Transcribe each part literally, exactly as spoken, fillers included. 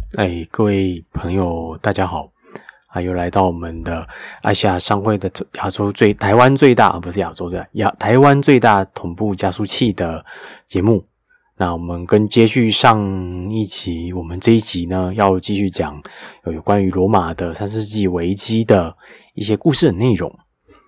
哎，各位朋友，大家好！啊，又来到我们的阿西亚商会的亚洲最台湾最大，不是亚洲的亚台湾最大同步加速器的节目。那我们跟接续上一集，我们这一集呢要继续讲有关于罗马的三世纪危机的一些故事的内容。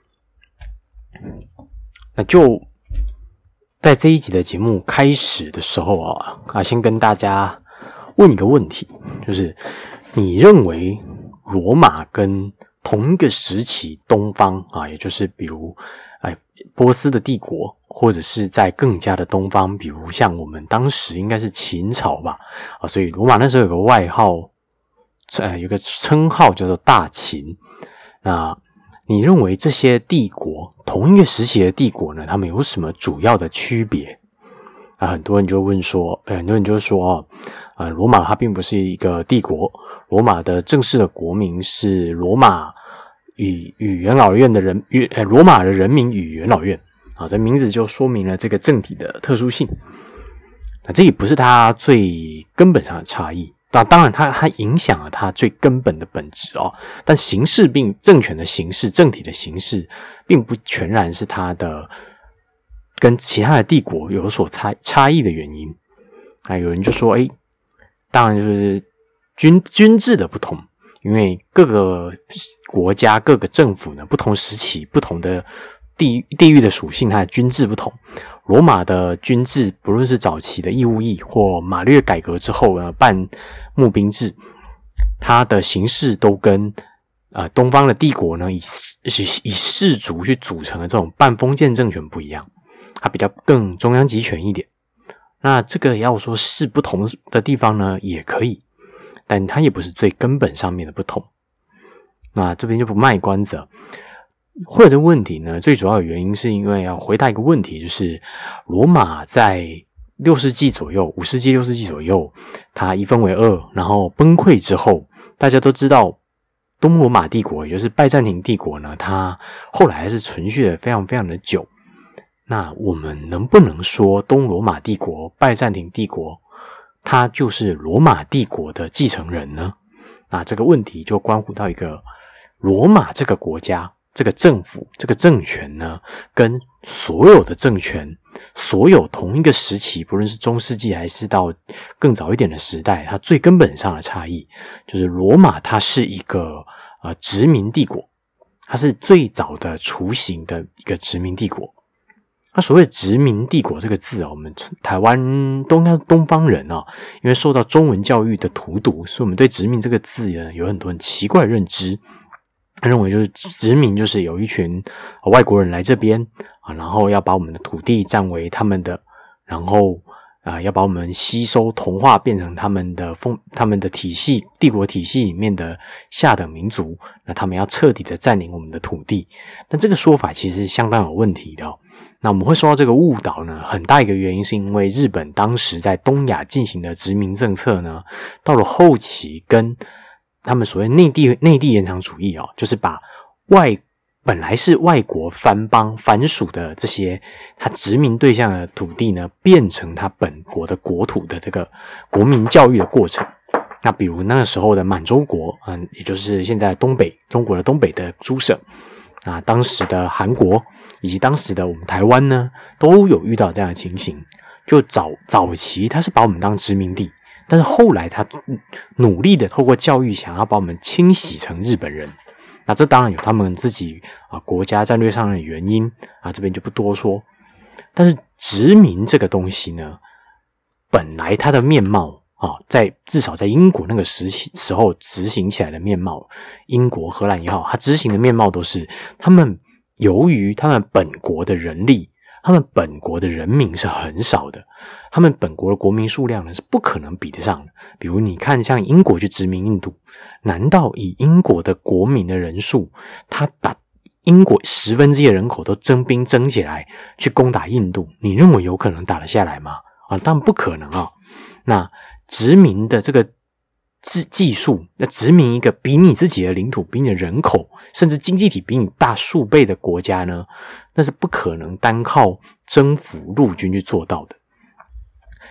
那就在这一集的节目开始的时候啊，啊，先跟大家问一个问题，就是你认为罗马跟同一个时期东方啊，也就是比如哎波斯的帝国，或者是在更加的东方，比如像我们当时应该是秦朝吧啊，所以罗马那时候有个外号，呃，有个称号叫做大秦。那你认为这些帝国同一个时期的帝国呢，他们有什么主要的区别？啊，很多人就问说，呃，很多人就说哦，呃，罗马它并不是一个帝国，罗马的正式的国名是罗马与与元老院的人，与呃罗马的人民与元老院啊，这名字就说明了这个政体的特殊性。那这也不是它最根本上的差异，那当然它它影响了它最根本的本质哦，但形式并政权的形式、政体的形式，并不全然是它的跟其他的帝国有所差差异的原因。啊，有人就说，诶，当然就是军军制的不同，因为各个国家、各个政府呢，不同时期、不同的地地域的属性，它的军制不同。罗马的军制，不论是早期的义务役或马略改革之后呢，办募兵制，它的形式都跟呃东方的帝国呢，以以氏族去组成的这种半封建政权不一样，它比较更中央集权一点。那这个要说是不同的地方呢，也可以，但它也不是最根本上面的不同。那这边就不卖关子了。会有这个问题呢，最主要的原因是因为要回答一个问题，就是罗马在六世纪左右、五世纪、六世纪左右，它一分为二，然后崩溃之后，大家都知道东罗马帝国，也就是拜占庭帝国呢，它后来还是存续了非常非常的久。那我们能不能说东罗马帝国、拜占庭帝国，它就是罗马帝国的继承人呢？那这个问题就关乎到一个罗马这个国家、这个政府、这个政权呢，跟所有的政权、所有同一个时期，不论是中世纪还是到更早一点的时代，它最根本上的差异，就是罗马它是一个呃殖民帝国，它是最早的雏形的一个殖民帝国。那所谓殖民帝国这个字啊，我们台湾东方东方人啊，因为受到中文教育的荼毒，所以我们对殖民这个字呢有很多很奇怪的认知。认为就是殖民就是有一群外国人来这边啊，然后要把我们的土地占为他们的，然后啊要把我们吸收同化变成他们的风他们的体系帝国体系里面的下等民族，那他们要彻底的占领我们的土地。但这个说法其实相当有问题的哦。那我们会受到这个误导呢，很大一个原因是因为日本当时在东亚进行的殖民政策呢，到了后期跟他们所谓内地内地延长主义哦，就是把外本来是外国藩邦藩属的这些他殖民对象的土地呢，变成他本国的国土的这个国民教育的过程。那比如那个时候的满洲国，嗯，也就是现在东北中国的东北的诸省啊，当时的韩国以及当时的我们台湾呢，都有遇到这样的情形。就早早期他是把我们当殖民地，但是后来他努力的透过教育想要把我们清洗成日本人。那这当然有他们自己啊国家战略上的原因啊，这边就不多说。但是殖民这个东西呢，本来它的面貌啊，在至少在英国那个时时候执行起来的面貌，英国、荷兰也好，它执行的面貌都是他们由于他们本国的人力，他们本国的人民是很少的，他们本国的国民数量呢是不可能比得上的。比如你看像英国去殖民印度，难道以英国的国民的人数，他把英国十分之一的人口都征兵征起来去攻打印度，你认为有可能打得下来吗？啊，当然不可能啊。那殖民的这个技术，那殖民一个比你自己的领土、比你的人口，甚至经济体比你大数倍的国家呢，那是不可能单靠征服陆军去做到的。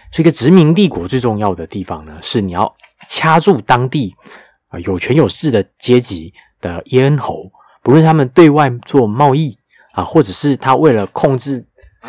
所以一个殖民帝国最重要的地方呢，是你要掐住当地啊、呃、有权有势的阶级的咽喉，不论他们对外做贸易啊，或者是他为了控制，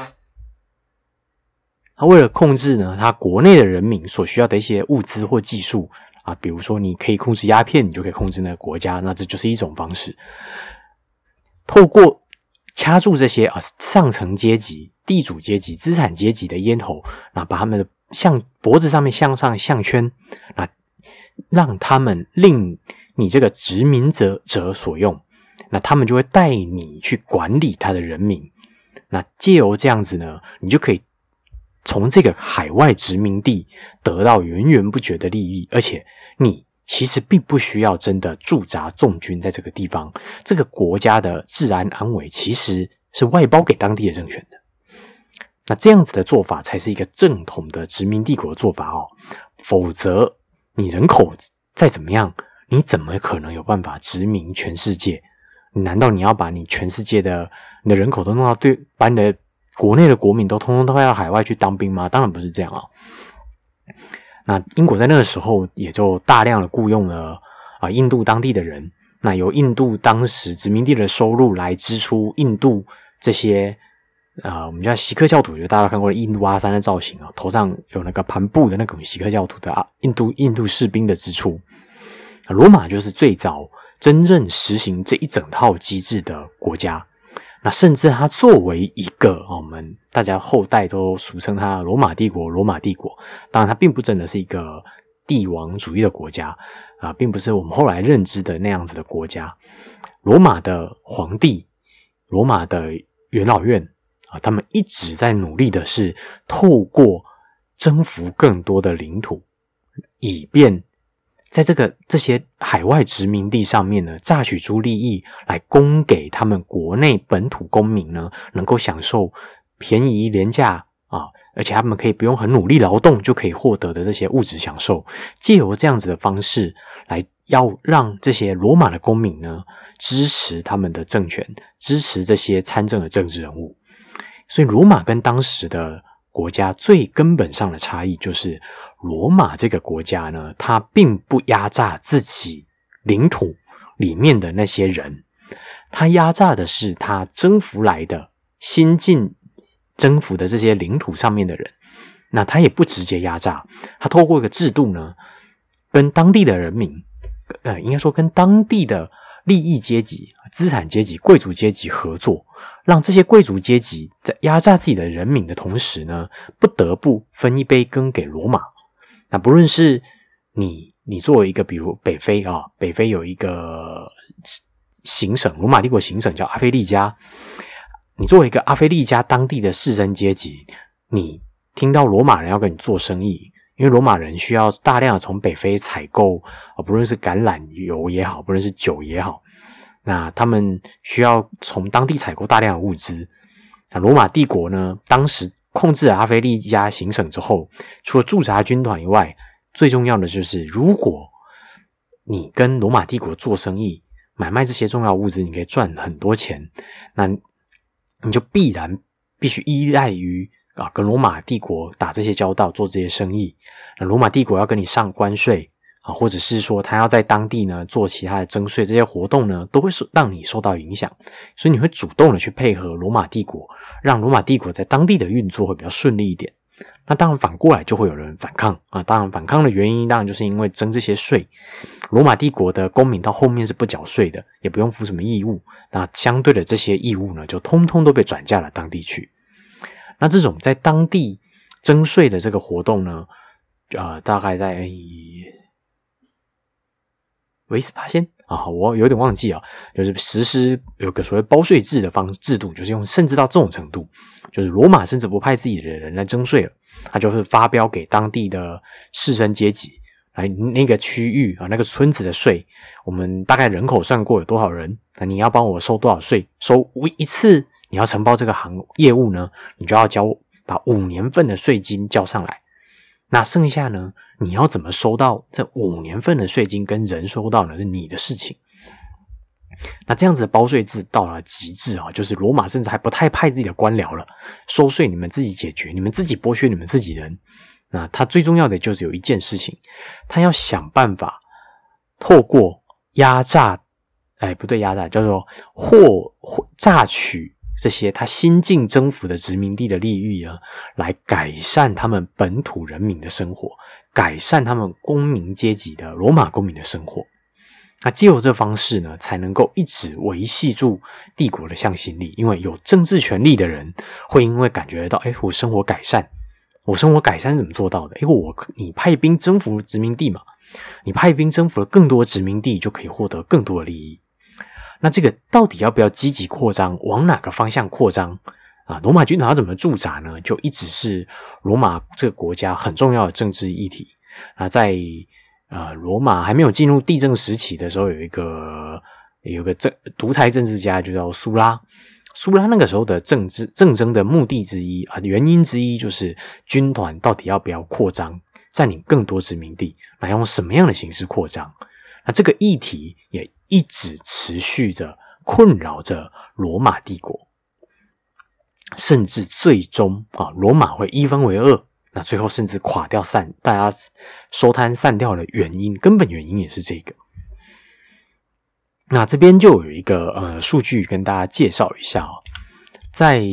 他为了控制呢他国内的人民所需要的一些物资或技术啊，比如说你可以控制鸦片，你就可以控制那个国家，那这就是一种方式。透过掐住这些啊上层阶级、地主阶级、资产阶级的咽喉，那把他们的向脖子上面向上项圈，那让他们令你这个殖民者者所用，那他们就会带你去管理他的人民。那借由这样子呢，你就可以从这个海外殖民地得到源源不绝的利益，而且你其实并不需要真的驻扎重军在这个地方，这个国家的治安安危其实是外包给当地的政权的。那这样子的做法才是一个正统的殖民帝国的做法哦，否则你人口再怎么样，你怎么可能有办法殖民全世界？难道你要把你全世界的你的人口都弄到对，把你的国内的国民都通通都要到海外去当兵吗？当然不是这样啊。那英国在那个时候也就大量的雇佣了啊、呃、印度当地的人，那由印度当时殖民地的收入来支出印度这些呃我们叫锡克教徒，就大家看过的印度阿三的造型啊，头上有那个盘布的那种锡克教徒的啊印度印度士兵的支出。罗马就是最早真正实行这一整套机制的国家。那甚至它作为一个我们大家后代都俗称它罗马帝国罗马帝国，当然它并不真的是一个帝王主义的国家啊、呃，并不是我们后来认知的那样子的国家。罗马的皇帝，罗马的元老院啊、呃，他们一直在努力的是透过征服更多的领土，以便在这个这些海外殖民地上面呢，榨取出利益来供给他们国内本土公民呢，能够享受便宜廉价啊，而且他们可以不用很努力劳动就可以获得的这些物质享受，借由这样子的方式来要让这些罗马的公民呢支持他们的政权，支持这些参政的政治人物。所以罗马跟当时的国家最根本上的差异就是，罗马这个国家呢，它并不压榨自己领土里面的那些人，它压榨的是它征服来的新进征服的这些领土上面的人。那它也不直接压榨，它透过一个制度呢，跟当地的人民，呃，应该说跟当地的利益阶级、资产阶级、贵族阶级合作，让这些贵族阶级在压榨自己的人民的同时呢，不得不分一杯羹给罗马。那不论是你，你作为一个，比如北非啊，北非有一个行省，罗马帝国行省叫阿非利加，你作为一个阿非利加当地的士绅阶级，你听到罗马人要跟你做生意，因为罗马人需要大量的从北非采购啊，不论是橄榄油也好，不论是酒也好，那他们需要从当地采购大量的物资。那罗马帝国呢，当时控制了阿非利加行省之后，除了驻扎军团以外，最重要的就是如果你跟罗马帝国做生意，买卖这些重要物资，你可以赚很多钱，那你就必然必须依赖于啊跟罗马帝国打这些交道，做这些生意。那罗马帝国要跟你上关税啊，或者是说他要在当地呢做其他的征税，这些活动呢都会让你受到影响，所以你会主动的去配合罗马帝国，让罗马帝国在当地的运作会比较顺利一点。那当然反过来就会有人反抗啊，当然反抗的原因当然就是因为征这些税，罗马帝国的公民到后面是不缴税的，也不用负什么义务，那相对的这些义务呢就通通都被转嫁了当地去。那这种在当地征税的这个活动呢，呃，大概在维斯帕先啊，我有点忘记啊，就是实施有个所谓包税制的方制度，就是用甚至到这种程度，就是罗马甚至不派自己的人来征税了，他就是发标给当地的士绅阶级，来那个区域啊，那个村子的税，我们大概人口算过有多少人，那你要帮我收多少税，收一次你要承包这个行业务呢，你就要交把五年份的税金交上来。那剩下呢，你要怎么收到这五年份的税金跟人收到呢，是你的事情。那这样子的包税制到了极致啊，就是罗马甚至还不太派自己的官僚了，收税你们自己解决，你们自己剥削你们自己人。 那他最重要的就是有一件事情，他要想办法透过压榨，哎，不对，压榨叫做获榨取这些他新近征服的殖民地的利益啊，来改善他们本土人民的生活，改善他们公民阶级的罗马公民的生活。那藉由这方式呢，才能够一直维系住帝国的向心力。因为有政治权力的人会因为感觉到，诶，我生活改善，我生活改善是怎么做到的？因为我你派兵征服殖民地嘛，你派兵征服了更多殖民地，就可以获得更多的利益。那这个到底要不要积极扩张，往哪个方向扩张啊？罗马军团要怎么驻扎呢？就一直是罗马这个国家很重要的政治议题。那在呃，罗马还没有进入地政时期的时候，有一个有一个政独裁政治家就叫苏拉。苏拉那个时候的政治政争的目的之一啊，原因之一就是军团到底要不要扩张，占领更多殖民地，那用什么样的形式扩张？那这个议题也一直持续着困扰着罗马帝国，甚至最终啊，罗马会一分为二。那最后甚至垮掉散，大家收摊散掉的原因，根本原因也是这个。那这边就有一个呃数据跟大家介绍一下哦，在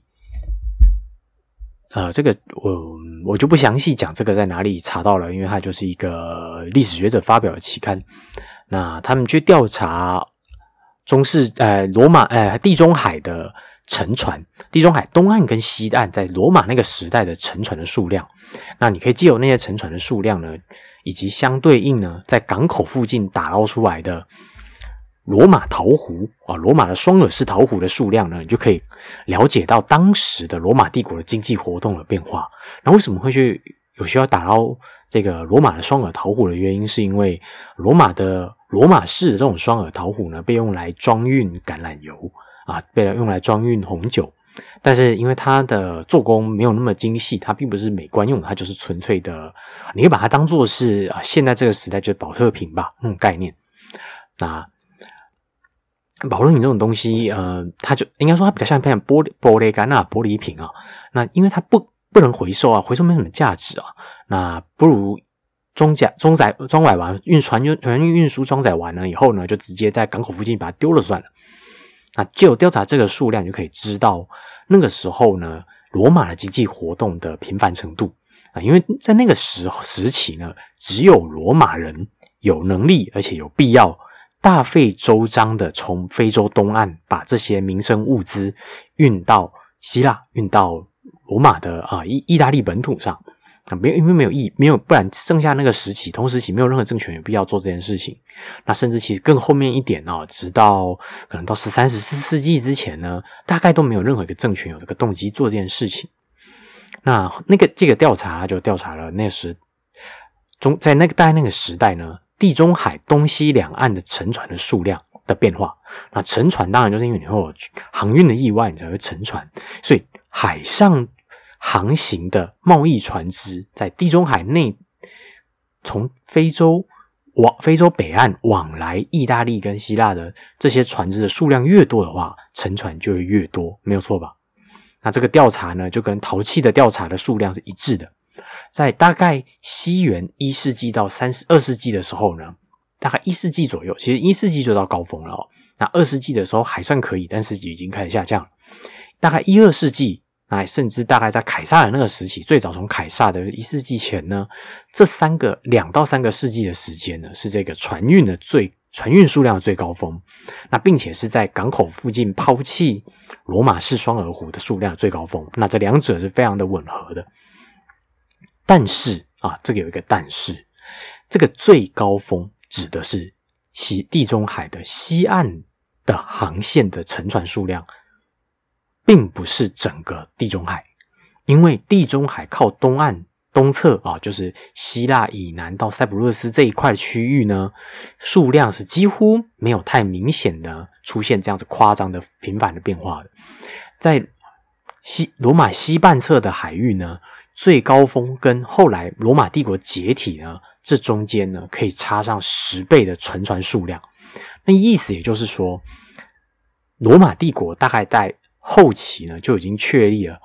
呃这个我我就不详细讲这个在哪里查到了，因为它就是一个历史学者发表的期刊。那他们去调查中世呃罗马呃地中海的沉船，地中海东岸跟西岸在罗马那个时代的沉船的数量，那你可以藉由那些沉船的数量呢，以及相对应呢，在港口附近打捞出来的罗马陶壶啊，罗马的双耳式陶壶的数量呢，你就可以了解到当时的罗马帝国的经济活动的变化。那为什么会去有需要打捞这个罗马的双耳陶壶的原因，是因为罗马的罗马式的这种双耳陶壶呢，被用来装运橄榄油啊，被用来装运红酒，但是因为它的做工没有那么精细，它并不是美观用的，它就是纯粹的，你可以把它当作是啊，现在这个时代就是保特瓶吧那种概念。那保特瓶这种东西，呃，它就应该说它比较像像玻璃玻璃杆啊、玻璃瓶啊。那因为它不不能回收啊，回收没什么价值啊，那不如装甲装载装载完运船运船运运输装载完了以后呢，就直接在港口附近把它丢了算了。那就有调查这个数量，就可以知道那个时候呢，罗马的经济活动的频繁程度啊，因为在那个时时期呢，只有罗马人有能力而且有必要大费周章的从非洲东岸把这些民生物资运到希腊，运到罗马的啊意意大利本土上。啊，没有，因为没有意，没有，不然剩下那个时期，同时期没有任何政权有必要做这件事情。那甚至其实更后面一点啊，直到可能到十三、十四世纪之前呢，大概都没有任何一个政权有这个动机做这件事情。那那个这个调查就调查了那时中在那个大概那个时代呢，地中海东西两岸的沉船的数量的变化。那沉船当然就是因为你会有航运的意外，你才会沉船，所以海上航行的贸易船只在地中海内，从非洲往非洲北岸往来意大利跟希腊的这些船只的数量越多的话，沉船就会越多，没有错吧？那这个调查呢，就跟陶器的调查的数量是一致的。在大概西元一世纪到三十二世纪的时候呢，大概一世纪左右，其实一世纪就到高峰了哦。那二世纪的时候还算可以，但是已经开始下降了。大概一二世纪。那甚至大概在凯撒的那个时期，最早从凯撒的一世纪前呢，这三个两到三个世纪的时间呢，是这个船运的最船运数量的最高峰。那并且是在港口附近抛弃罗马式双耳壶的数量的最高峰。那这两者是非常的吻合的。但是啊，这个有一个但是，这个最高峰指的是西地中海的西岸的航线的沉船数量。并不是整个地中海，因为地中海靠东岸东侧啊，就是希腊以南到塞浦路斯这一块区域呢，数量是几乎没有太明显的出现这样子夸张的频繁的变化的。在西罗马西半侧的海域呢，最高峰跟后来罗马帝国解体呢，这中间呢可以差上十倍的沉船数量。那意思也就是说，罗马帝国大概在后期呢就已经确立了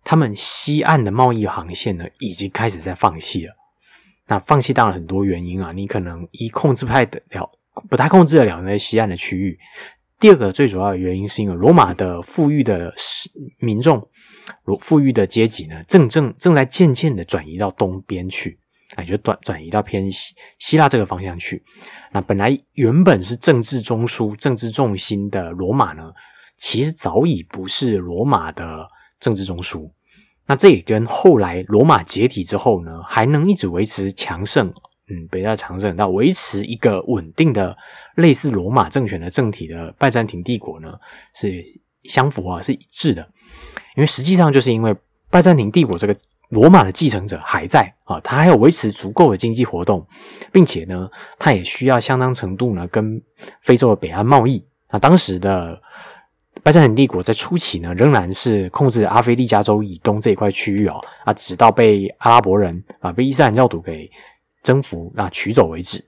他们西岸的贸易航线呢，已经开始在放弃了。那放弃当然很多原因啊，你可能一控制不太得了，不太控制得了那些西岸的区域。第二个最主要的原因是因为罗马的富裕的民众、富裕的阶级呢，正正正在渐渐的转移到东边去，也就转转移到偏西希腊这个方向去。那本来原本是政治中枢、政治重心的罗马呢，其实早已不是罗马的政治中枢。那这也跟后来罗马解体之后呢，还能一直维持强盛，嗯，北大强盛到维持一个稳定的类似罗马政权的政体的拜占庭帝国呢，是相符啊，是一致的。因为实际上就是因为拜占庭帝国这个罗马的继承者还在啊，他还有维持足够的经济活动，并且呢，他也需要相当程度呢跟非洲的北岸贸易。那当时的拜占庭帝国在初期呢，仍然是控制阿非利加州以东这一块区域啊，啊，直到被阿拉伯人啊，被伊斯兰教徒给征服啊取走为止。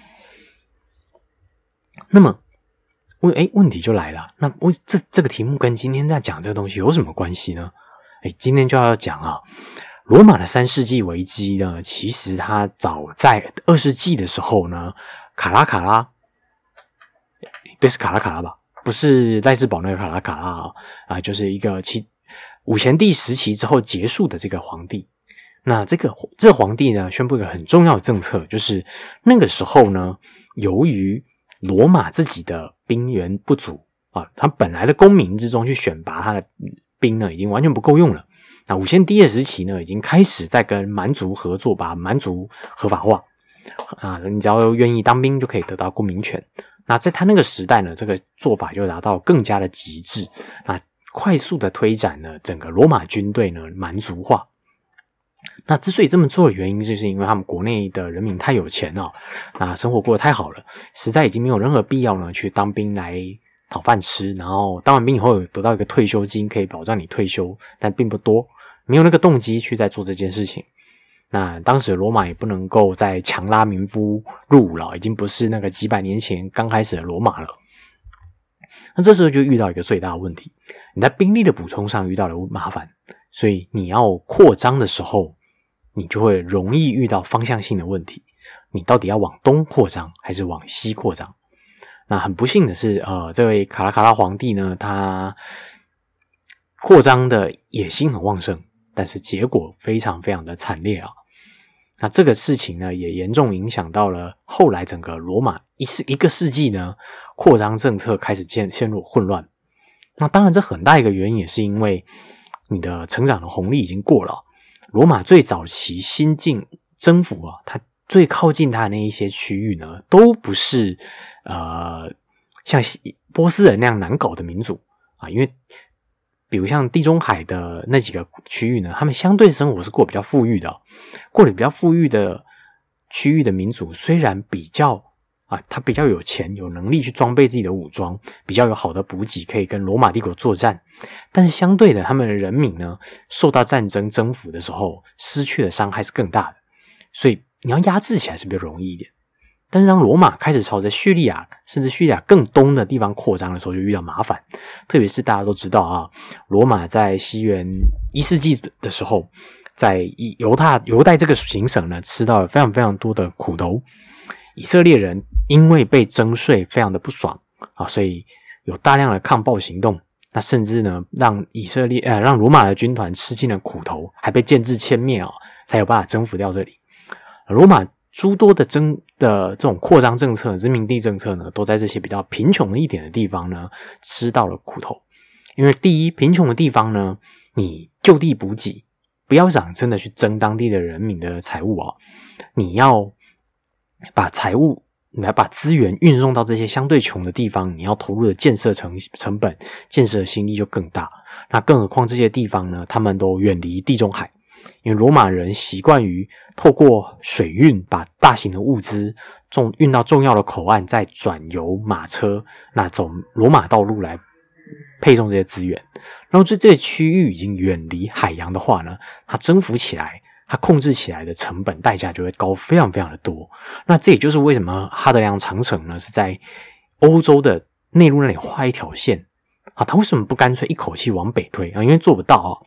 那么，问诶问题就来了，那为这这个题目跟今天在讲这个东西有什么关系呢？诶今天就要讲啊，罗马的三世纪危机呢，其实它早在二世纪的时候呢，卡拉卡拉，对，是卡拉卡拉吧？不是赖士堡那个卡拉卡拉啊，啊，就是一个其五贤帝时期之后结束的这个皇帝。那这个这个皇帝呢，宣布一个很重要的政策，就是那个时候呢，由于罗马自己的兵源不足啊，他本来的公民之中去选拔他的兵呢，已经完全不够用了。那五贤帝的时期呢，已经开始在跟蛮族合作，把蛮族合法化啊，你只要愿意当兵就可以得到公民权。那在他那个时代呢，这个做法就达到更加的极致，那快速的推展了整个罗马军队呢蛮族化。那之所以这么做的原因，就是因为他们国内的人民太有钱了，那生活过得太好了，实在已经没有任何必要呢去当兵来讨饭吃，然后当完兵以后有得到一个退休金可以保障你退休，但并不多，没有那个动机去再做这件事情。那当时罗马也不能够再强拉民夫入伍了，已经不是那个几百年前刚开始的罗马了。那这时候就遇到一个最大的问题，你在兵力的补充上遇到了麻烦，所以你要扩张的时候，你就会容易遇到方向性的问题，你到底要往东扩张还是往西扩张？那很不幸的是，呃，这位卡拉卡拉皇帝呢，他扩张的野心很旺盛，但是结果非常非常的惨烈啊。那这个事情呢，也严重影响到了后来整个罗马一世一个世纪呢，扩张政策开始陷陷入混乱。那当然，这很大一个原因也是因为你的成长的红利已经过了。罗马最早期新进征服啊，它最靠近它的那一些区域呢，都不是呃像波斯人那样难搞的民族啊，因为比如像地中海的那几个区域呢，他们相对生活是过比较富裕的、哦，过得比较富裕的区域的民族，虽然比较啊，他比较有钱，有能力去装备自己的武装，比较有好的补给，可以跟罗马帝国作战，但是相对的，他们的人民呢，受到战争征服的时候，失去的伤害是更大的，所以你要压制起来是比较容易一点。但是当罗马开始朝着叙利亚甚至叙利亚更东的地方扩张的时候，就遇到麻烦。特别是大家都知道啊，罗马在西元一世纪的时候，在犹大犹太这个行省呢，吃到了非常非常多的苦头。以色列人因为被征税非常的不爽啊，所以有大量的抗暴行动。那甚至呢，让以色列呃让罗马的军团吃尽了苦头，还被建制歼灭啊，才有办法征服掉这里。罗马诸多的征的这种扩张政策、殖民地政策呢，都在这些比较贫穷一点的地方呢吃到了苦头。因为第一，贫穷的地方呢，你就地补给，不要想真的去征当地的人民的财物啊，你要把财物，你要把资源运送到这些相对穷的地方，你要投入的建设成成本、建设的心力就更大。那更何况这些地方呢，他们都远离地中海。因为罗马人习惯于透过水运把大型的物资重运到重要的口岸，再转由马车那走罗马道路来配送这些资源。然后这这个区域已经远离海洋的话呢，它征服起来，它控制起来的成本代价就会高非常非常的多。那这也就是为什么哈德良长城呢是在欧洲的内陆那里画一条线啊，它为什么不干脆一口气往北推啊？因为做不到啊。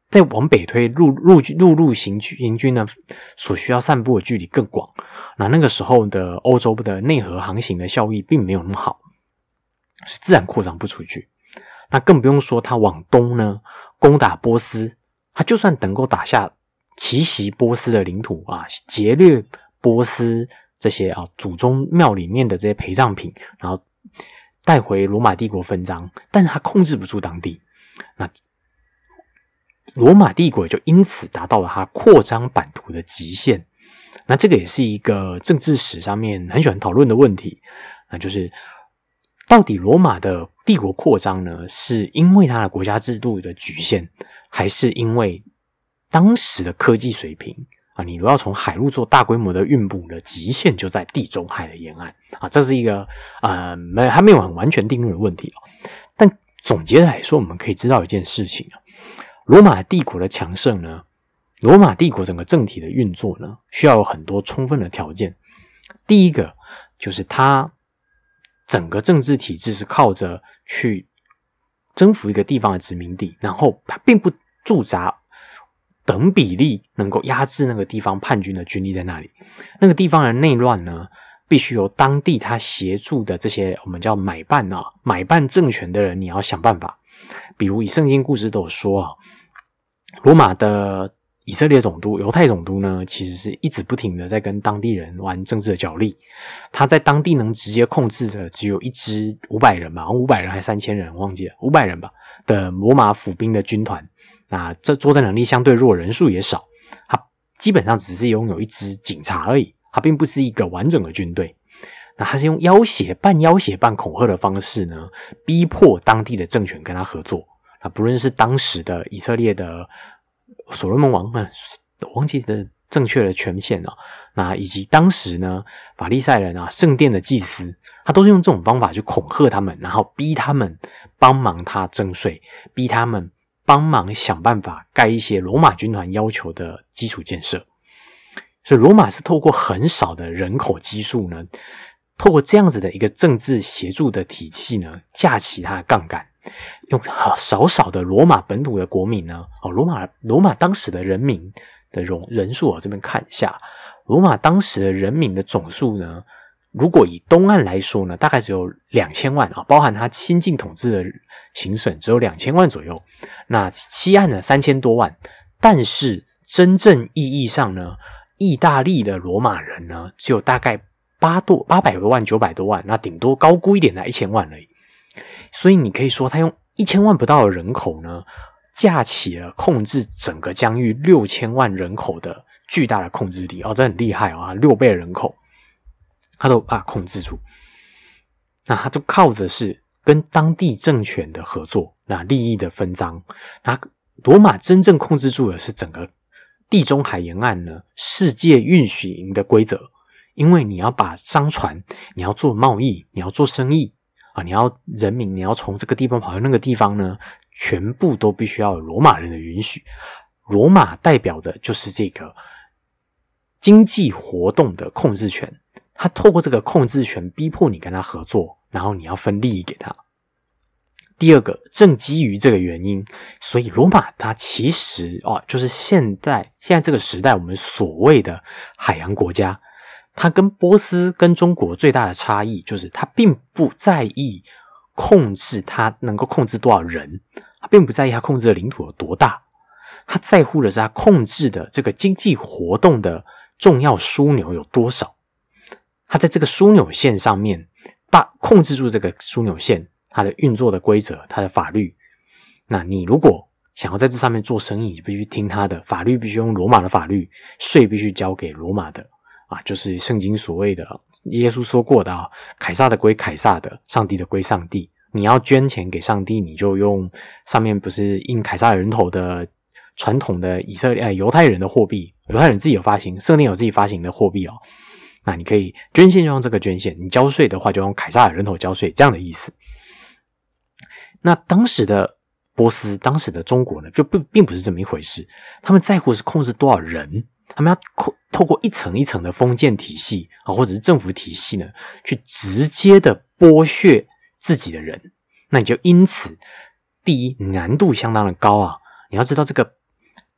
再往北推，陆陆陆路行行军呢，所需要散步的距离更广。那那个时候的欧洲的内河航行的效益并没有那么好，是自然扩张不出去。那更不用说他往东呢，攻打波斯，他就算能够打下奇袭波斯的领土啊，劫掠波斯这些啊祖宗庙里面的这些陪葬品，然后带回罗马帝国分赃，但是他控制不住当地。那罗马帝国就因此达到了它扩张版图的极限。那这个也是一个政治史上面很喜欢讨论的问题，那就是到底罗马的帝国扩张呢，是因为它的国家制度的局限，还是因为当时的科技水平啊？你如果要从海路做大规模的运补的极限就在地中海的沿岸啊，这是一个呃，没还没有很完全定论的问题哦。但总结来说，我们可以知道一件事情啊。罗马帝国的强盛呢，罗马帝国整个政体的运作呢，需要有很多充分的条件。第一个就是它整个政治体制是靠着去征服一个地方的殖民地，然后它并不驻扎等比例能够压制那个地方叛军的军力在那里。那个地方的内乱呢，必须由当地他协助的这些我们叫买办啊，买办政权的人，你要想办法。比如以圣经故事都有说啊，罗马的以色列总督、犹太总督呢，其实是一直不停的在跟当地人玩政治的角力。他在当地能直接控制的只有一支五百人吧，五百人还三千人，忘记了，五百人吧的罗马府兵的军团。那这作战能力相对弱，人数也少，他基本上只是拥有一支警察而已，他并不是一个完整的军队。那他是用要挟、半要挟、半恐吓的方式呢，逼迫当地的政权跟他合作。那不论是当时的以色列的所罗门王，呃，我忘记的正确的权限了。那以及当时呢，法利赛人啊，圣殿的祭司，他都是用这种方法去恐吓他们，然后逼他们帮忙他征税，逼他们帮忙想办法盖一些罗马军团要求的基础建设。所以罗马是透过很少的人口基数呢，透过这样子的一个政治协助的体系呢，架起它的杠杆，用少少的罗马本土的国民呢，哦，罗马罗马当时的人民的人数，我这边看一下，罗马当时的人民的总数呢，如果以东岸来说呢，大概只有两千万啊，包含他新近统治的行省只有两千万左右。那西岸呢三千多万，但是真正意义上呢，意大利的罗马人呢，只有大概八多八百多万、九百多万，那顶多高估一点才一千万而已。所以你可以说，他用一千万不到的人口呢，架起了控制整个疆域六千万人口的巨大的控制力哦，这很厉害啊！六倍的人口，他都把它控制住。那他就靠着是跟当地政权的合作，那利益的分赃。那罗马真正控制住的是整个地中海沿岸呢世界运行的规则。因为你要把商船，你要做贸易，你要做生意啊，你要人民，你要从这个地方跑到那个地方呢，全部都必须要有罗马人的允许。罗马代表的就是这个经济活动的控制权，他透过这个控制权逼迫你跟他合作，然后你要分利益给他。第二个，正基于这个原因，所以罗马它其实哦，就是现在现在这个时代我们所谓的海洋国家。它跟波斯跟中国最大的差异就是它并不在意控制它能够控制多少人，它并不在意它控制的领土有多大，它在乎的是它控制的这个经济活动的重要枢纽有多少。它在这个枢纽线上面把控制住这个枢纽线，它的运作的规则，它的法律。那你如果想要在这上面做生意，你必须听它的法律，必须用罗马的法律，税必须交给罗马的啊，就是圣经所谓的耶稣说过的啊，凯撒的归凯撒的，上帝的归上帝。你要捐钱给上帝，你就用上面不是印凯撒人头的传统的以色列、呃、犹太人的货币，犹太人自己有发行，圣殿有自己发行的货币哦。那你可以捐献就用这个捐献，你交税的话就用凯撒的人头交税，这样的意思。那当时的波斯，当时的中国呢，就并并不是这么一回事，他们在乎是控制多少人。他们要透过一层一层的封建体系啊，或者是政府体系呢，去直接的剥削自己的人。那你就因此，第一难度相当的高啊！你要知道这个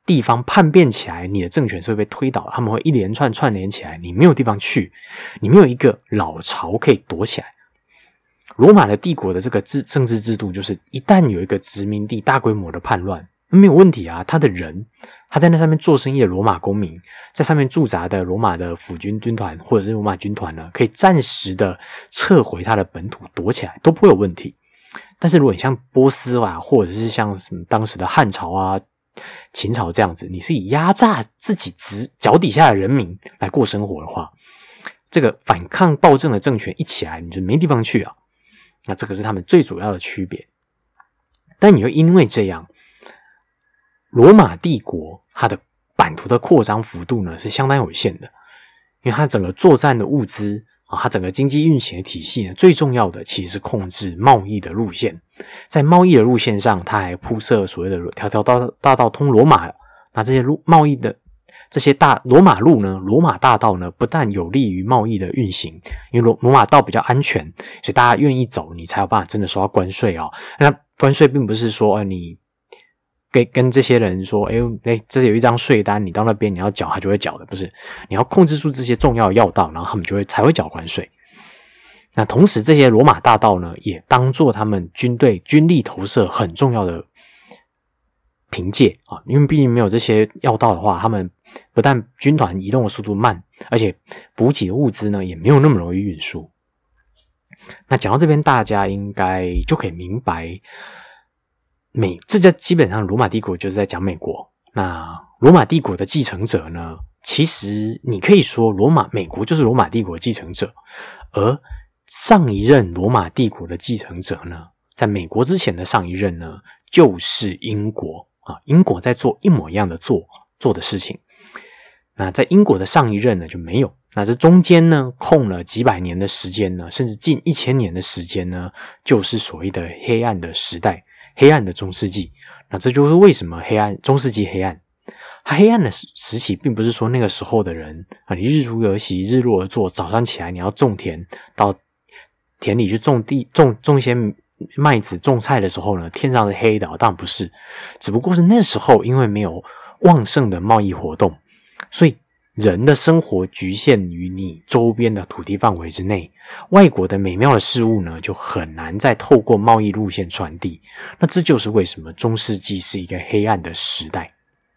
地方叛变起来，你的政权是会被推倒的，他们会一连串串联起来，你没有地方去，你没有一个老巢可以躲起来。罗马的帝国的这个制政治制度，就是一旦有一个殖民地大规模的叛乱，没有问题啊，他的人他在那上面做生意的罗马公民，在上面驻扎的罗马的辅军军团或者是罗马军团呢，可以暂时的撤回他的本土躲起来，都不会有问题。但是如果你像波斯啊，或者是像什么当时的汉朝啊、秦朝这样子，你是以压榨自己直脚底下的人民来过生活的话，这个反抗暴政的政权一起来，你就没地方去啊。那这个是他们最主要的区别。但你又因为这样，罗马帝国它的版图的扩张幅度呢是相当有限的，因为它整个作战的物资啊，它整个经济运行的体系呢，最重要的其实是控制贸易的路线。在贸易的路线上，它还铺设所谓的条条大大道通罗马。那这些路贸易的这些大罗马路呢，罗马大道呢，不但有利于贸易的运行，因为罗罗马道比较安全，所以大家愿意走，你才有办法真的收到关税哦。那关税并不是说，呃，你跟跟这些人说，哎哎，这有一张税单，你到那边你要缴，他就会缴的，不是？你要控制住这些重要的要道，然后他们就会才会缴关税。那同时，这些罗马大道呢，也当作他们军队军力投射很重要的凭借啊，因为毕竟没有这些要道的话，他们不但军团移动的速度慢，而且补给的物资呢也没有那么容易运输。那讲到这边，大家应该就可以明白，美这就基本上罗马帝国就是在讲美国。那罗马帝国的继承者呢，其实你可以说罗马美国就是罗马帝国的继承者，而上一任罗马帝国的继承者呢，在美国之前的上一任呢，就是英国啊。英国在做一模一样的做做的事情。那在英国的上一任呢就没有。那这中间呢空了几百年的时间呢，甚至近一千年的时间呢，就是所谓的黑暗的时代，黑暗的中世纪。那这就是为什么黑暗中世纪黑暗。它黑暗的时期并不是说那个时候的人啊，你日出而息日落而作，早上起来你要种田，到田里去种地种种一些麦子种菜的时候呢，天上是黑的，当然不是，只不过是那时候因为没有旺盛的贸易活动，所以人的生活局限于你周边的土地范围之内，外国的美妙的事物呢就很难再透过贸易路线传递。那这就是为什么中世纪是一个黑暗的时代。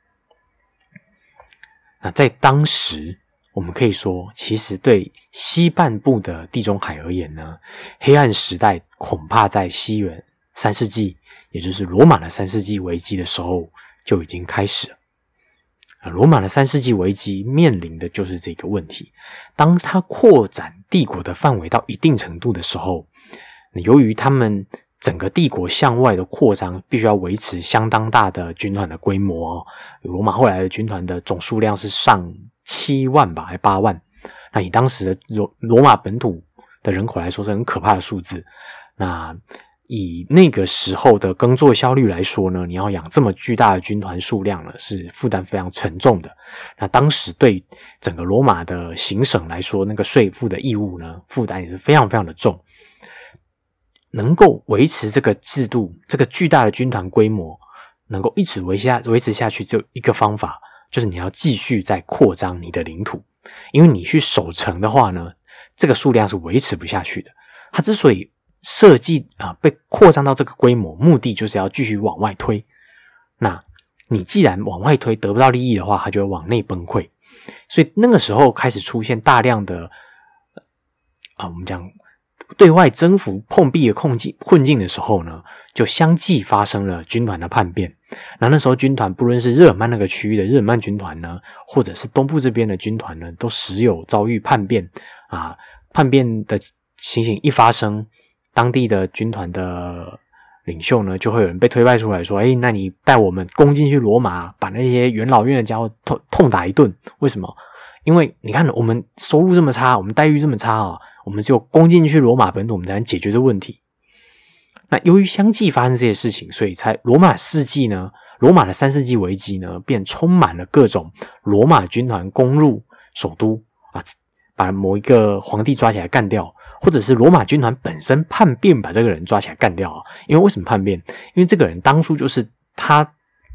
那在当时我们可以说，其实对西半部的地中海而言呢，黑暗时代恐怕在西元三世纪，也就是罗马的三世纪危机的时候就已经开始了。罗马的三世纪危机面临的就是这个问题。当它扩展帝国的范围到一定程度的时候，由于他们整个帝国向外的扩张必须要维持相当大的军团的规模哦。罗马后来的军团的总数量是上七万吧，还八万。那以当时的罗罗马本土的人口来说是很可怕的数字。那以那个时候的耕作效率来说呢，你要养这么巨大的军团数量呢，是负担非常沉重的。那当时对整个罗马的行省来说，那个税负的义务呢，负担也是非常非常的重。能够维持这个制度，这个巨大的军团规模能够一直维下维持下去，只有一个方法，就是你要继续再扩张你的领土。因为你去守城的话呢，这个数量是维持不下去的。它之所以设计啊被扩张到这个规模，目的就是要继续往外推。那你既然往外推得不到利益的话，它就会往内崩溃。所以那个时候开始出现大量的啊，我们讲对外征服碰壁的困境困境的时候呢，就相继发生了军团的叛变。那那时候军团不论是日耳曼那个区域的日耳曼军团呢，或者是东部这边的军团呢，都时有遭遇叛变啊。叛变的情形一发生，当地的军团的领袖呢，就会有人被推派出来说，诶，那你带我们攻进去罗马，把那些元老院的家伙痛痛打一顿。为什么？因为你看我们收入这么差，我们待遇这么差啊，我们只有攻进去罗马本土，我们才能解决这问题。那由于相继发生这些事情，所以才罗马世纪呢，罗马的三世纪危机呢，便充满了各种罗马军团攻入首都啊，把某一个皇帝抓起来干掉，或者是罗马军团本身叛变，把这个人抓起来干掉啊。因为为什么叛变？因为这个人当初就是他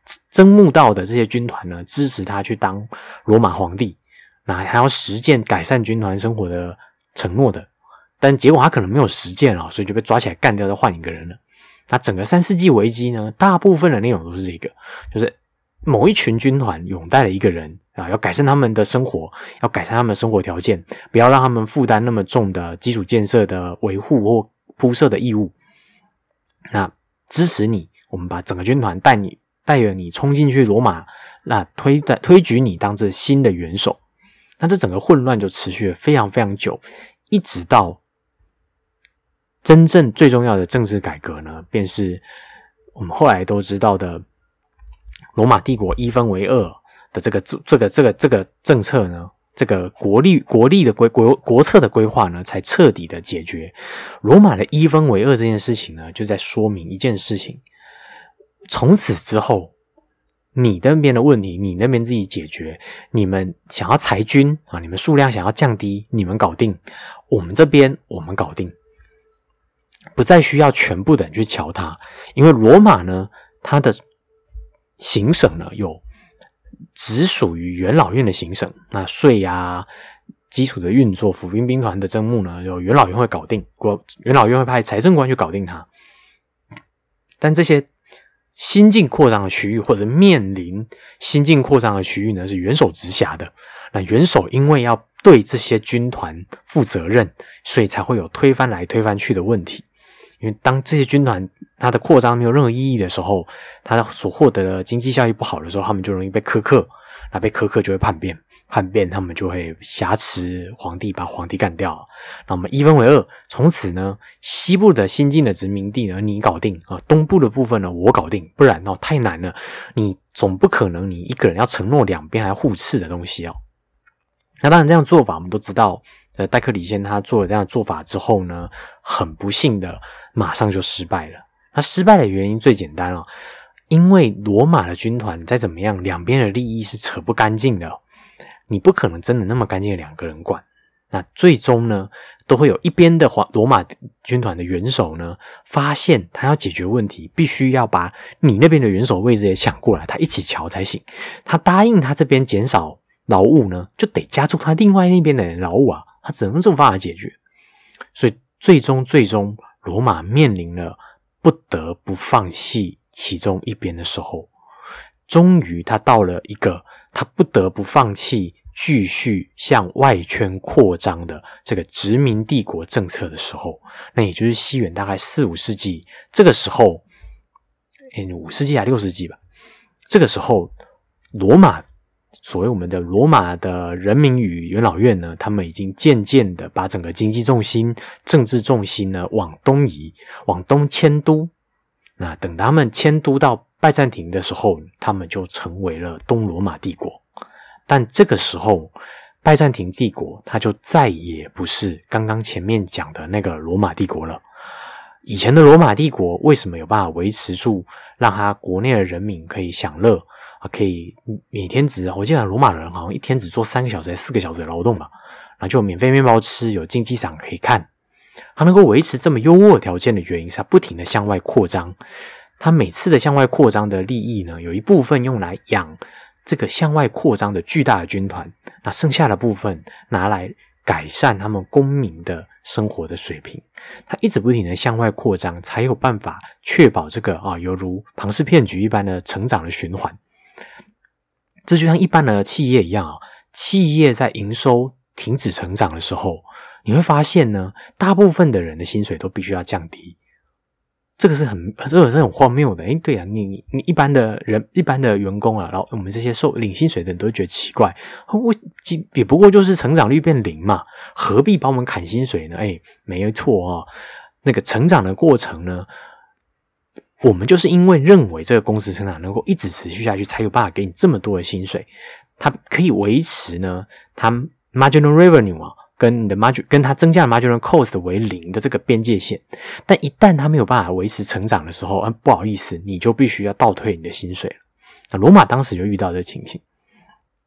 征募到的这些军团呢，支持他去当罗马皇帝，那还要实践改善军团生活的承诺的，但结果他可能没有实践啊，所以就被抓起来干掉，再换一个人了。那整个三世纪危机呢，大部分的内容都是这个，就是某一群军团拥戴了一个人啊，要改善他们的生活，要改善他们的生活条件，不要让他们负担那么重的基础建设的维护或铺设的义务。那支持你，我们把整个军团带你带着你冲进去罗马，那推推举你当这新的元首。那这整个混乱就持续了非常非常久，一直到真正最重要的政治改革呢，便是我们后来都知道的罗马帝国一分为二的这个这个这个这个政策呢，这个国力国力的规国国策的规划呢，才彻底的解决罗马的一分为二这件事情呢，就在说明一件事情：从此之后，你那边的问题，你那边自己解决；你们想要裁军啊，你们数量想要降低，你们搞定；我们这边我们搞定。不再需要全部的人去瞧它，因为罗马呢，它的行省呢有只属于元老院的行省，那税啊、基础的运作、府兵兵团的征募呢，有元老院会搞定，国元老院会派财政官去搞定它。但这些新近扩张的区域或者面临新近扩张的区域呢，是元首直辖的。那元首因为要对这些军团负责任，所以才会有推翻来推翻去的问题。因为当这些军团它的扩张没有任何意义的时候，它所获得的经济效益不好的时候，他们就容易被苛刻，那被苛刻就会叛变，叛变他们就会挟持皇帝，把皇帝干掉。那我们一分为二，从此呢，西部的新进的殖民地呢你搞定啊，东部的部分呢我搞定，不然哦太难了，你总不可能你一个人要承诺两边还互斥的东西哦。那当然这样做法我们都知道，呃，戴克里先他做了这样的做法之后呢，很不幸的马上就失败了。他失败的原因最简单哦，因为罗马的军团再怎么样，两边的利益是扯不干净的，你不可能真的那么干净的两个人管。那最终呢，都会有一边的罗马军团的元首呢，发现他要解决问题，必须要把你那边的元首位置也抢过来，他一起瞧才行。他答应他这边减少劳务呢，就得加重他另外那边的人劳务啊，他只能用这种方法解决。所以最终最终罗马面临了不得不放弃其中一边的时候，终于他到了一个他不得不放弃继续向外圈扩张的这个殖民帝国政策的时候，那也就是西元大概四五世纪，这个时候诶五世纪还六世纪吧，这个时候罗马所谓我们的罗马的人民与元老院呢，他们已经渐渐的把整个经济重心、政治重心呢往东移，往东迁都。那等他们迁都到拜占庭的时候，他们就成为了东罗马帝国。但这个时候，拜占庭帝国它就再也不是刚刚前面讲的那个罗马帝国了。以前的罗马帝国为什么有办法维持住，让他国内的人民可以享乐啊，可以每天只，我记得罗马人好像一天只做三个小时还是四个小时的劳动吧，然后就有免费面包吃，有竞技场可以看。他能够维持这么优渥的条件的原因是他不停的向外扩张，他每次的向外扩张的利益呢，有一部分用来养这个向外扩张的巨大的军团，那剩下的部分拿来改善他们公民的生活的水平。他一直不停的向外扩张，才有办法确保这个啊，犹如庞氏骗局一般的成长的循环。这就像一般的企业一样啊，企业在营收停止成长的时候，你会发现呢，大部分的人的薪水都必须要降低。这个是很这个是很荒谬的。诶，对啊，你你你一般的人一般的员工啊，然后我们这些受领薪水的人都会觉得奇怪，我也不过就是成长率变零嘛，何必帮我们砍薪水呢？诶，没错啊，那个成长的过程呢，我们就是因为认为这个公司成长能够一直持续下去，才有办法给你这么多的薪水，它可以维持呢它 marginal revenue 啊，跟你的 margin 跟它增加的 marginal cost 为零的这个边界线。但一旦它没有办法维持成长的时候，啊，不好意思，你就必须要倒退你的薪水了。那罗马当时就遇到这个情形，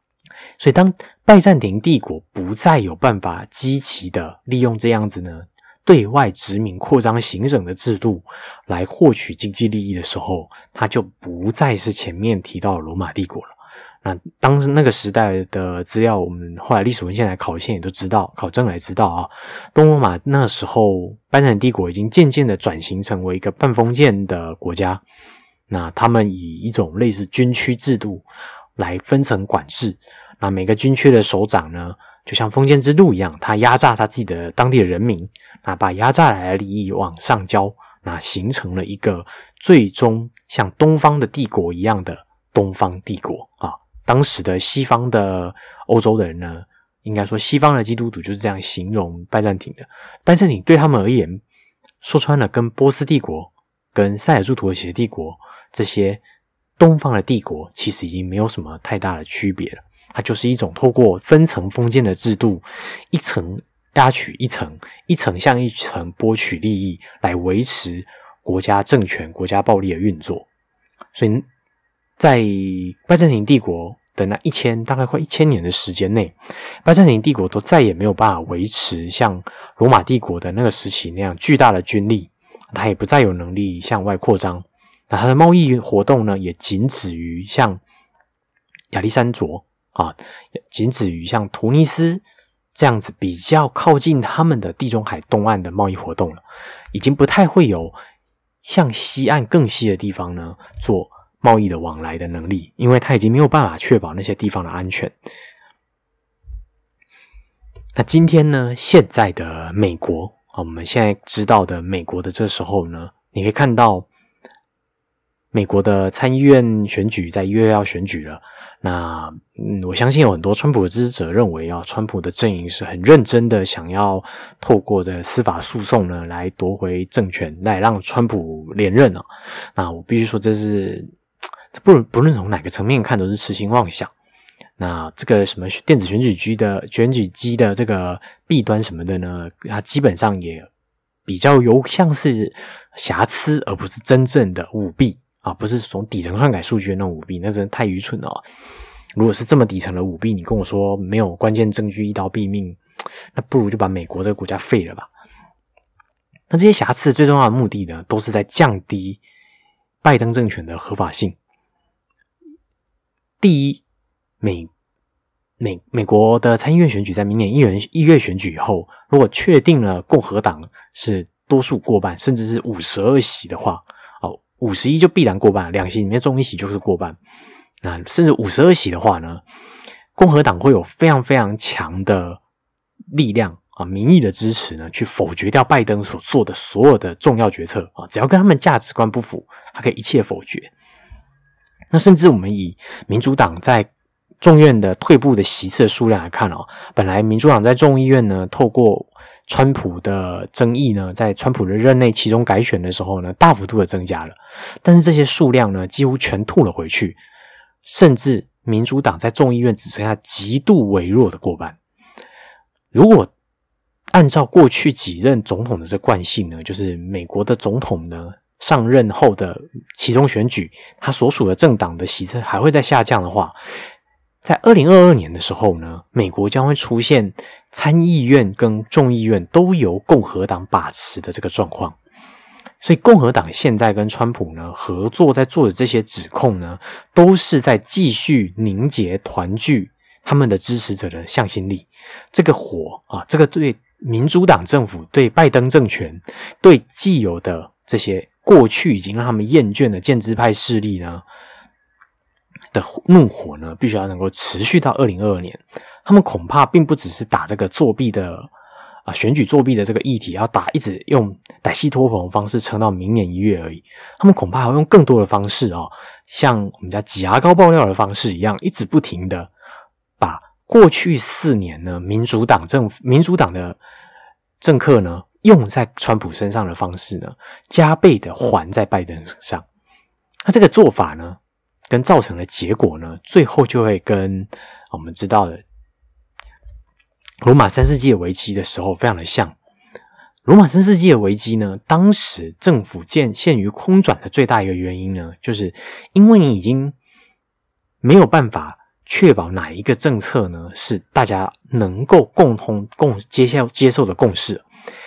所以当拜占庭帝国不再有办法积极的利用这样子呢对外殖民、扩张行省的制度来获取经济利益的时候，它就不再是前面提到的罗马帝国了。那当时那个时代的资料，我们后来历史文献来考现也都知道，考证来知道啊，东罗马那时候拜占庭帝国已经渐渐的转型成为一个半封建的国家。那他们以一种类似军区制度来分层管制，那每个军区的首长呢，就像封建制度一样，他压榨他自己的当地的人民，那把压榨来的利益往上交，那形成了一个最终像东方的帝国一样的东方帝国啊。当时的西方的欧洲的人呢，应该说西方的基督徒就是这样形容拜占庭的。拜占庭对他们而言，说穿了跟波斯帝国、跟塞尔柱土耳其帝国这些东方的帝国其实已经没有什么太大的区别了。它就是一种透过分层封建的制度，一层压取一层，一层向一层剥取利益，来维持国家政权、国家暴力的运作。所以在拜占庭帝国的那一千大概快一千年的时间内，拜占庭帝国都再也没有办法维持像罗马帝国的那个时期那样巨大的军力，它也不再有能力向外扩张。那它的贸易活动呢，也仅止于像亚历山卓啊，仅止于像突尼斯这样子比较靠近他们的地中海东岸的贸易活动了，已经不太会有向西岸更西的地方呢做贸易的往来的能力，因为它已经没有办法确保那些地方的安全。那今天呢，现在的美国啊，我们现在知道的美国的这时候呢，你可以看到美国的参议院选举在一月要选举了。那嗯，我相信有很多川普的支持者认为啊，川普的阵营是很认真的想要透过的司法诉讼呢来夺回政权，来让川普连任啊。那我必须说，这是不论不论从哪个层面看都是痴心妄想。那这个什么电子选举机的选举机的这个弊端什么的呢，它基本上也比较有像是瑕疵，而不是真正的舞弊啊，不是从底层篡改数据的那种舞弊，那真的太愚蠢了哦。如果是这么底层的舞弊，你跟我说没有关键证据一刀毙命，那不如就把美国这个国家废了吧。那这些瑕疵最重要的目的呢，都是在降低拜登政权的合法性。第一，美美美国的参议院选举在明年一月一月选举以后，如果确定了共和党是多数过半，甚至是五十二席的话，哦，五十一就必然过半，两席里面中一席就是过半。那甚至五十二席的话呢，共和党会有非常非常强的力量啊，民意的支持呢，去否决掉拜登所做的所有的重要决策啊，只要跟他们价值观不符，他可以一切否决。那甚至我们以民主党在众院的退步的席次的数量来看哦，本来民主党在众议院呢，透过川普的争议呢，在川普的任内期中改选的时候呢，大幅度的增加了，但是这些数量呢，几乎全吐了回去，甚至民主党在众议院只剩下极度微弱的过半。如果按照过去几任总统的这惯性呢，就是美国的总统呢上任后的期中选举，他所属的政党的席次还会再下降的话，在二零二二年的时候呢，美国将会出现参议院跟众议院都由共和党把持的这个状况。所以共和党现在跟川普呢合作在做的这些指控呢，都是在继续凝结团聚他们的支持者的向心力。这个火啊，这个对民主党政府、对拜登政权、对既有的这些过去已经让他们厌倦的建制派势力呢的怒火呢，必须要能够持续到二零二二年。他们恐怕并不只是打这个作弊的啊选举作弊的这个议题，要打一直用歹戏拖棚的方式撑到明年一月而已。他们恐怕还会用更多的方式哦，像我们家挤牙膏爆料的方式一样，一直不停的把过去四年呢民主党政府、民主党的政客呢用在川普身上的方式呢，加倍的还在拜登身上。那这个做法呢，跟造成的结果呢，最后就会跟我们知道的罗马三世纪的危机的时候非常的像。罗马三世纪的危机呢，当时政府见陷于空转的最大一个原因呢，就是因为你已经没有办法确保哪一个政策呢是大家能够共同共接受接受的共识。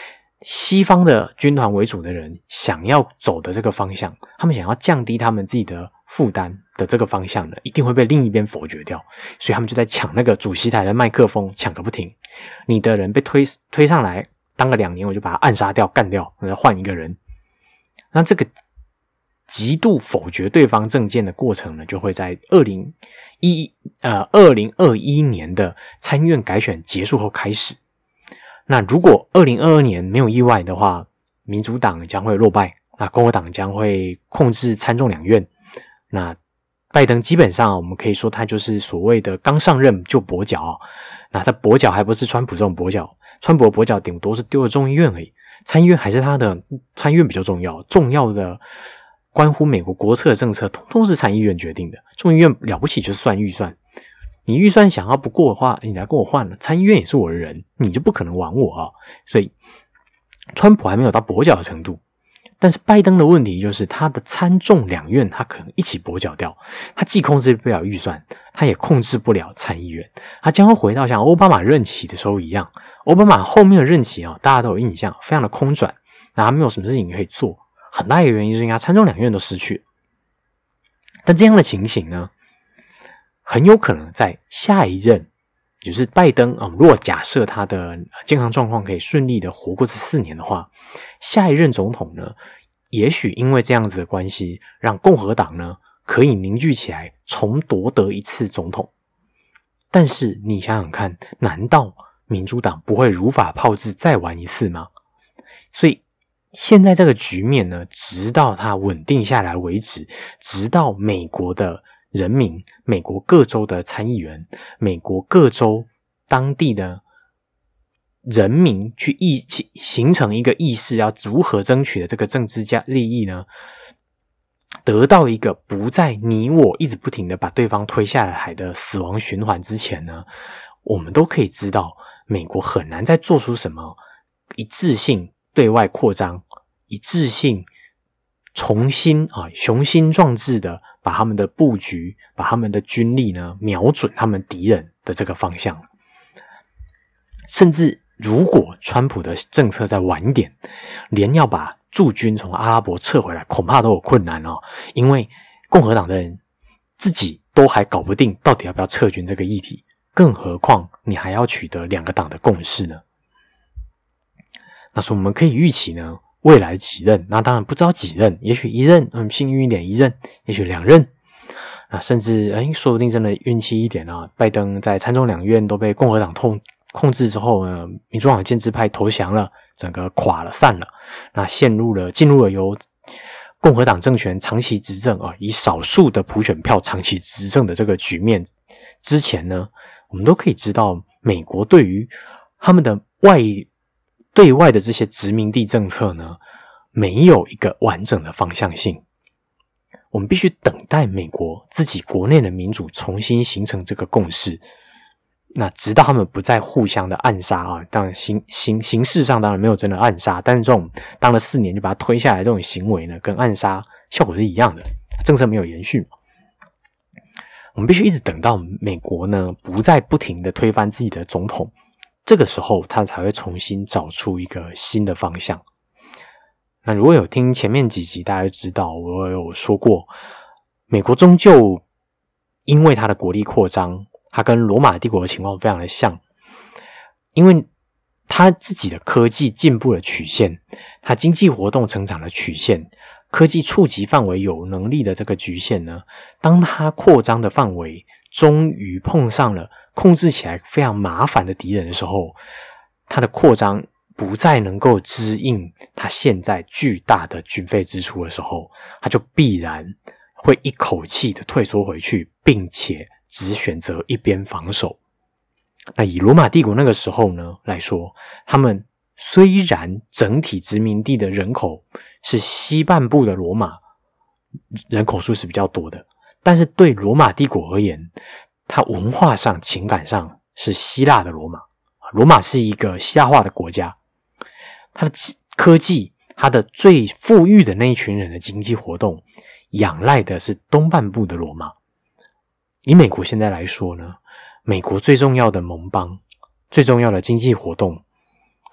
西方的军团为主的人想要走的这个方向，他们想要降低他们自己的负担的这个方向呢，一定会被另一边否决掉，所以他们就在抢那个主席台的麦克风，抢个不停。你的人被推推上来当个两年，我就把他暗杀掉干掉，然后换一个人。那这个极度否决对方政见的过程呢，就会在二零一呃二零二一年的参议院改选结束后开始。那如果二零二二年没有意外的话，民主党将会落败，那共和党将会控制参众两院。那拜登基本上我们可以说他就是所谓的刚上任就跛脚、哦、那他跛脚还不是川普这种跛脚，川普的跛脚顶多是丢了众议院而已，参议院还是他的，参议院比较重要，重要的关乎美国国策的政策通通是参议院决定的，众议院了不起就是算预算，你预算想要不过的话，你来跟我换了，参议院也是我的人，你就不可能玩我啊！所以川普还没有到跛脚的程度，但是拜登的问题就是他的参众两院他可能一起跛脚掉，他既控制不了预算，他也控制不了参议院，他将会回到像奥巴马任期的时候一样，奥巴马后面的任期啊，大家都有印象，非常的空转，然后没有什么事情可以做，很大一个原因就是因为他参众两院都失去了。但这样的情形呢，很有可能在下一任，就是拜登、嗯、如果假设他的健康状况可以顺利的活过这四年的话，下一任总统呢，也许因为这样子的关系，让共和党呢可以凝聚起来，重夺得一次总统。但是你想想看，难道民主党不会如法炮制再玩一次吗？所以现在这个局面呢，直到它稳定下来为止，直到美国的人民，美国各州的参议员，美国各州当地的人民去意形成一个意识，要如何争取的这个政治价利益呢，得到一个不在你我一直不停的把对方推下海的死亡循环之前呢，我们都可以知道美国很难再做出什么一致性对外扩张，一致性重新啊雄心壮志的把他们的布局，把他们的军力呢瞄准他们敌人的这个方向。甚至如果川普的政策再晚一点，连要把驻军从阿拉伯撤回来恐怕都有困难哦，因为共和党的人自己都还搞不定到底要不要撤军这个议题，更何况你还要取得两个党的共识呢。那所以我们可以预期呢，未来几任，那当然不知道几任，也许一任，嗯，幸运一点一任，也许两任，啊，甚至诶说不定真的运气一点啊，拜登在参众两院都被共和党控控制之后呢，民主党建制派投降了，整个垮了散了，那陷入了进入了由共和党政权长期执政啊，以少数的普选票长期执政的这个局面之前呢，我们都可以知道，美国对于他们的外对外的这些殖民地政策呢，没有一个完整的方向性。我们必须等待美国自己国内的民主重新形成这个共识，那直到他们不再互相的暗杀啊，当然形形形式上当然没有真的暗杀，但是这种当了四年就把它推下来这种行为呢，跟暗杀效果是一样的，政策没有延续嘛。我们必须一直等到美国呢不再不停的推翻自己的总统，这个时候他才会重新找出一个新的方向。那如果有听前面几集，大家就知道我有说过，美国终究因为它的国力扩张，它跟罗马帝国的情况非常的像，因为它自己的科技进步的曲线，它经济活动成长的曲线，科技触及范围有能力的这个局限呢，当它扩张的范围终于碰上了控制起来非常麻烦的敌人的时候，它的扩张不再能够支应它现在巨大的军费支出的时候，它就必然会一口气的退缩回去，并且只选择一边防守。那以罗马帝国那个时候呢来说，他们虽然整体殖民地的人口是西半部的罗马人口数是比较多的，但是对罗马帝国而言，它文化上情感上是希腊的罗马，罗马是一个希腊化的国家，它的科技，它的最富裕的那一群人的经济活动仰赖的是东半部的罗马。以美国现在来说呢，美国最重要的盟邦，最重要的经济活动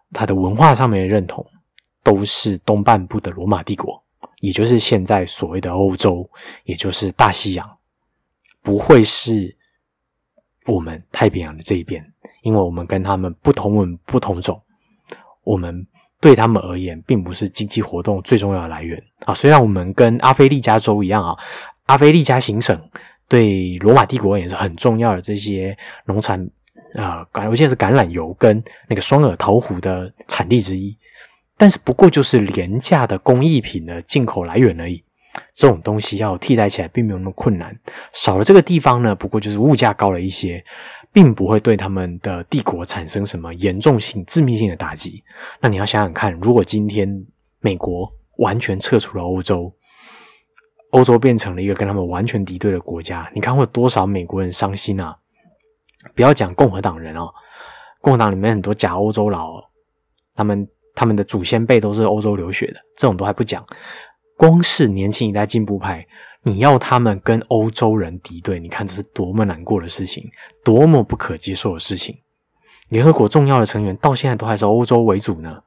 它的文化上面的认同都是东半部的罗马帝国，也就是现在所谓的欧洲，也就是大西洋，不会是我们太平洋的这一边，因为我们跟他们不同文不同种，我们对他们而言并不是经济活动最重要的来源啊。虽然我们跟阿非利加州一样啊，阿非利加行省对罗马帝国也是很重要的这些农产啊，呃，我记得是橄榄油跟那个双耳桃核的产地之一，但是不过就是廉价的工艺品的进口来源而已。这种东西要替代起来并没有那么困难，少了这个地方呢，不过就是物价高了一些，并不会对他们的帝国产生什么严重性、致命性的打击。那你要想想看，如果今天美国完全撤出了欧洲，欧洲变成了一个跟他们完全敌对的国家，你看会有多少美国人伤心啊？不要讲共和党人哦，共和党里面很多假欧洲佬哦，他们他们的祖先辈都是欧洲留学的，这种都还不讲。光是年轻一代进步派，你要他们跟欧洲人敌对，你看这是多么难过的事情，多么不可接受的事情。联合国重要的成员到现在都还是欧洲为主呢。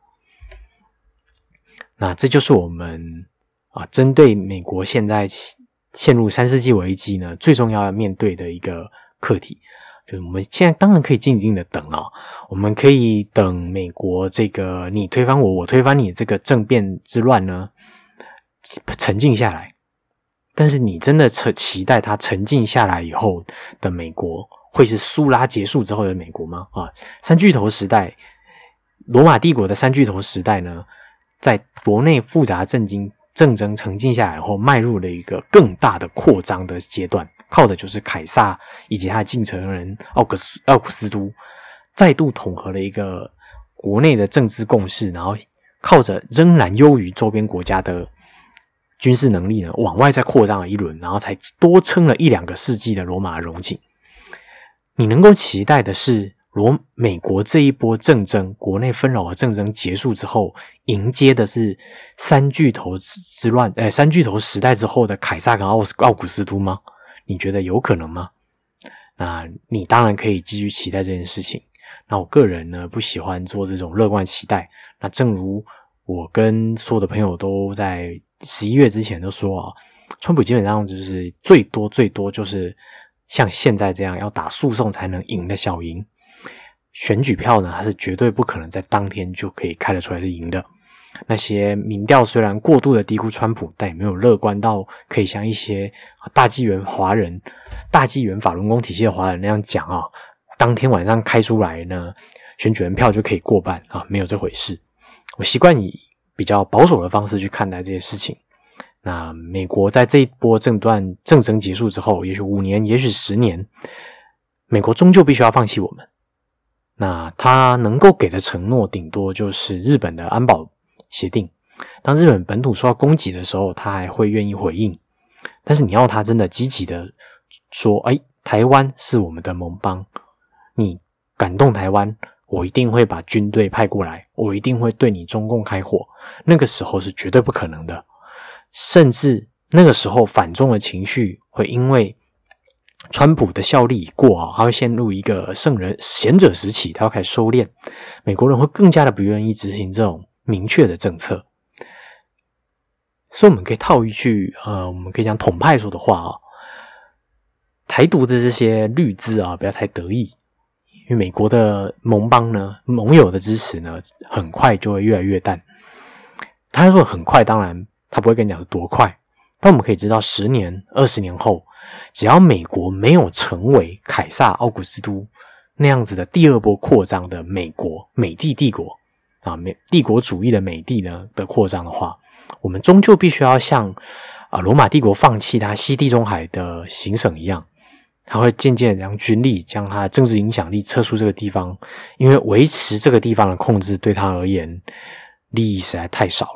那这就是我们啊，针对美国现在陷入三世纪危机呢，最重要要面对的一个课题。就是我们现在当然可以静静的等啊，我们可以等美国这个你推翻我，我推翻你这个政变之乱呢沉静下来，但是你真的期待它沉静下来以后的美国会是苏拉结束之后的美国吗？啊，三巨头时代，罗马帝国的三巨头时代呢，在国内复杂政经政争沉静下来后，迈入了一个更大的扩张的阶段，靠的就是凯撒以及他的继承人奥格斯奥古斯都再度统合了一个国内的政治共识，然后靠着仍然优于周边国家的军事能力呢，往外再扩张了一轮，然后才多撑了一两个世纪的罗马荣景。你能够期待的是，罗美国这一波政争，国内纷扰的政争结束之后，迎接的是三巨头之乱，呃，三巨头时代之后的凯撒跟奥奥古斯都吗？你觉得有可能吗？那你当然可以继续期待这件事情。那我个人呢，不喜欢做这种乐观期待。那正如我跟所有的朋友都在十一月之前都说啊，川普基本上就是最多最多就是像现在这样要打诉讼才能赢的小赢。选举票呢，它是绝对不可能在当天就可以开得出来是赢的。那些民调虽然过度的低估川普，但也没有乐观到可以像一些大纪元华人、大纪元法轮功体系的华人那样讲啊，当天晚上开出来呢，选举人票就可以过半啊，没有这回事。我习惯以比较保守的方式去看待这些事情。那美国在这一波政断政争结束之后，也许五年，也许十年，美国终究必须要放弃我们。那他能够给的承诺，顶多就是日本的安保协定。当日本本土受到攻击的时候，他还会愿意回应。但是你要他真的积极的说，哎，台湾是我们的盟邦，你感动台湾，我一定会把军队派过来，我一定会对你中共开火，那个时候是绝对不可能的。甚至那个时候反中的情绪会因为川普的效力已过啊，他会陷入一个圣人贤者时期，他要开始收敛，美国人会更加的不愿意执行这种明确的政策。所以我们可以套一句呃，我们可以讲统派说的话啊，台独的这些绿资啊，不要太得意，因为美国的盟邦呢，盟友的支持呢，很快就会越来越淡。他说很快，当然他不会跟你讲是多快，但我们可以知道十年、二十年后，只要美国没有成为凯撒、奥古斯都那样子的第二波扩张的美国、美帝帝国啊，美帝国主义的美帝呢的扩张的话，我们终究必须要像啊罗马帝国放弃它西地中海的行省一样，他会渐渐将军力、将他的政治影响力撤出这个地方，因为维持这个地方的控制对他而言利益实在太少了。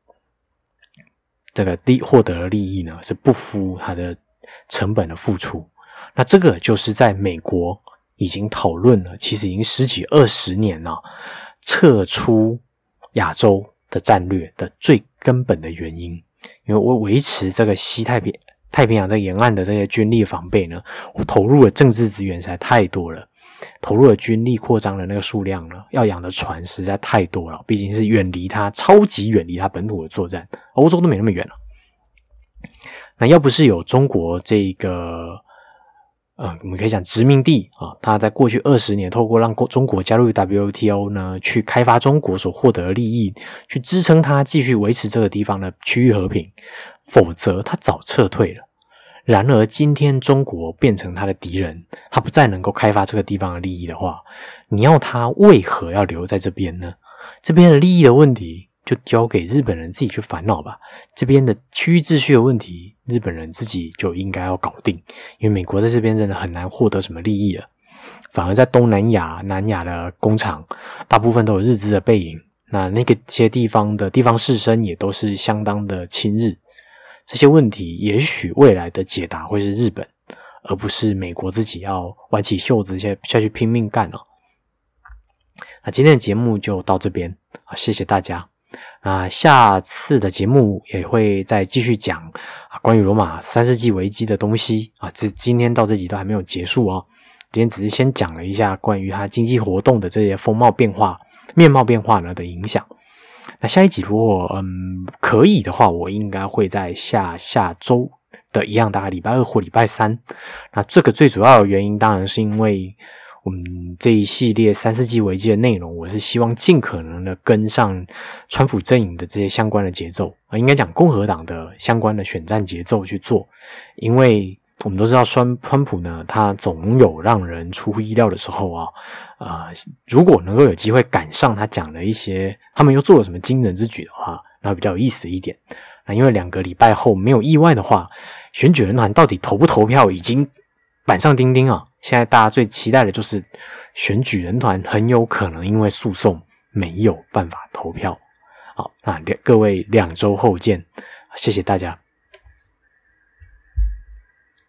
这个利获得的利益呢，是不敷他的成本的付出。那这个就是在美国已经讨论了，其实已经十几二十年了，撤出亚洲的战略的最根本的原因。因为我维持这个西太平太平洋这个沿岸的这些军力防备呢，我投入的政治资源实在太多了。 投入的军力扩张的那个数量呢，要养的船实在太多了，毕竟是远离它，超级远离它本土的作战，欧洲都没那么远了。那要不是有中国这个呃，我们可以讲殖民地啊，它在过去二十年透过让中国加入 W T O 呢，去开发中国所获得的利益，去支撑它继续维持这个地方的区域和平，否则它早撤退了。然而今天中国变成它的敌人，它不再能够开发这个地方的利益的话，你要它为何要留在这边呢？这边的利益的问题就交给日本人自己去烦恼吧。这边的区域秩序的问题，日本人自己就应该要搞定，因为美国在这边真的很难获得什么利益了。反而在东南亚、南亚的工厂，大部分都有日资的背影，那那个些地方的地方士绅也都是相当的亲日。这些问题也许未来的解答会是日本，而不是美国自己要挽起袖子下下去拼命干哦。那今天的节目就到这边，好，谢谢大家。那下次的节目也会再继续讲啊关于罗马三世纪危机的东西啊，这今天到这集都还没有结束哦。今天只是先讲了一下关于它经济活动的这些风貌变化、面貌变化呢的影响。那下一集如果嗯可以的话，我应该会在下下周的一样，大概礼拜二或礼拜三。那这个最主要的原因当然是因为我们这一系列三世纪危机的内容，我是希望尽可能的跟上川普阵营的这些相关的节奏啊，应该讲共和党的相关的选战节奏去做。因为我们都知道川川普呢，他总有让人出乎意料的时候啊，呃，如果能够有机会赶上他讲的一些，他们又做了什么惊人之举的话，那会比较有意思一点。那因为两个礼拜后没有意外的话，选举人团到底投不投票已经板上钉钉啊。现在大家最期待的就是选举人团很有可能因为诉讼没有办法投票。好，那各位两周后见，谢谢大家。